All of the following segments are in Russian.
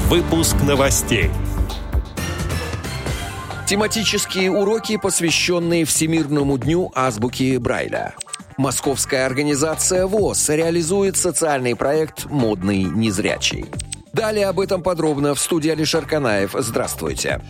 Выпуск новостей. Тематические уроки, посвященные Всемирному дню азбуки Брайля. Московская организация ВОС реализует социальный проект «Модный незрячий». Далее об этом подробно в студии Алишер Канаев. Здравствуйте.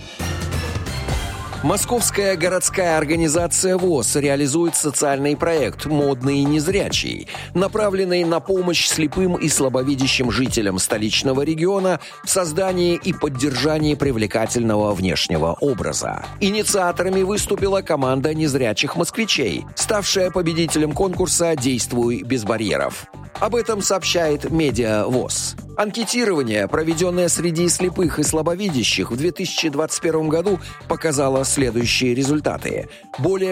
Московская городская организация ВОС реализует социальный проект «Модный незрячий», направленный на помощь слепым и слабовидящим жителям столичного региона в создании и поддержании привлекательного внешнего образа. Инициаторами выступила команда незрячих москвичей, ставшая победителем конкурса «Действуй без барьеров». Об этом сообщает Медиа ВОС. Анкетирование, проведенное среди слепых и слабовидящих в 2021 году, показало следующие результаты. Более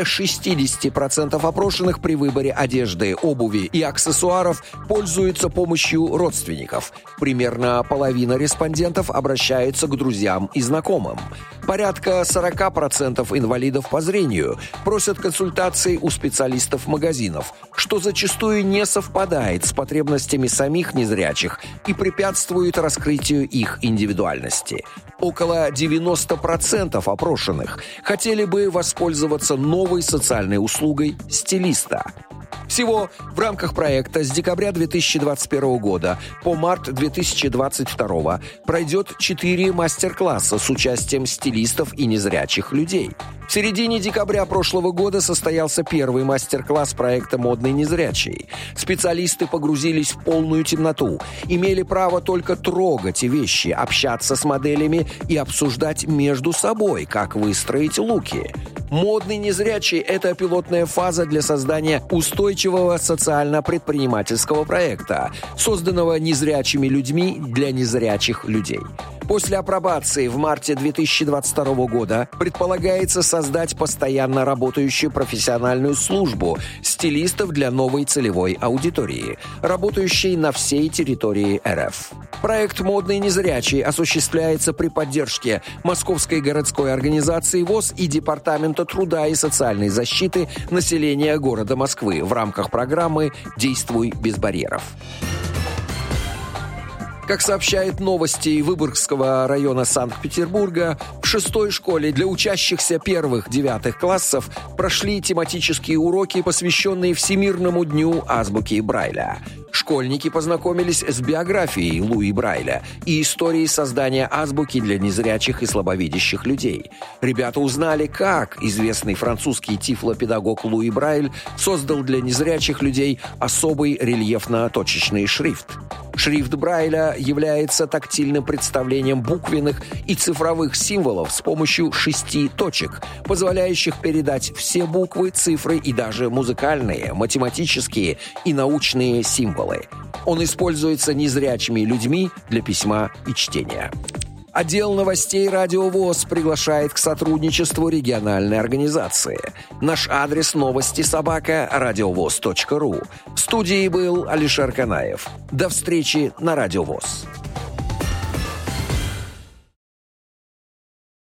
60% опрошенных при выборе одежды, обуви и аксессуаров пользуются помощью родственников. Примерно половина респондентов обращаются к друзьям и знакомым. Порядка 40% инвалидов по зрению просят консультации у специалистов магазинов, что зачастую не совпадает с потребностями самих незрячих и препятствует раскрытию их индивидуальности. Около 90% опрошенных хотели бы воспользоваться новой социальной услугой стилиста. Всего в рамках проекта с декабря 2021 года по март 2022 пройдет 4 мастер-класса с участием стилистов и незрячих людей. В середине декабря прошлого года состоялся первый мастер-класс проекта «Модный незрячий». Специалисты погрузились в полную темноту, имели право только трогать вещи, общаться с моделями и обсуждать между собой, как выстроить луки. «Модный незрячий» — это пилотная фаза для создания устойчивого социально-предпринимательского проекта, созданного незрячими людьми для незрячих людей. После апробации в марте 2022 года предполагается создать постоянно работающую профессиональную службу стилистов для новой целевой аудитории, работающей на всей территории РФ. Проект «Модный незрячий» осуществляется при поддержке Московской городской организации ВОС и Департамента труда и социальной защиты населения города Москвы в рамках программы «Действуй без барьеров». Как сообщает новости Выборгского района Санкт-Петербурга, в 6-й школе для учащихся 1-9 классов прошли тематические уроки, посвященные Всемирному дню азбуки Брайля. Школьники познакомились с биографией Луи Брайля и историей создания азбуки для незрячих и слабовидящих людей. Ребята узнали, как известный французский тифлопедагог Луи Брайль создал для незрячих людей особый рельефно-точечный шрифт. Шрифт Брайля является тактильным представлением буквенных и цифровых символов с помощью 6 точек, позволяющих передать все буквы, цифры и даже музыкальные, математические и научные символы. Он используется незрячими людьми для письма и чтения. Отдел новостей Радио ВОС приглашает к сотрудничеству региональной организации. Наш адрес новости@радиовос.ру. В студии был Алишер Канаев. До встречи на Радио ВОС.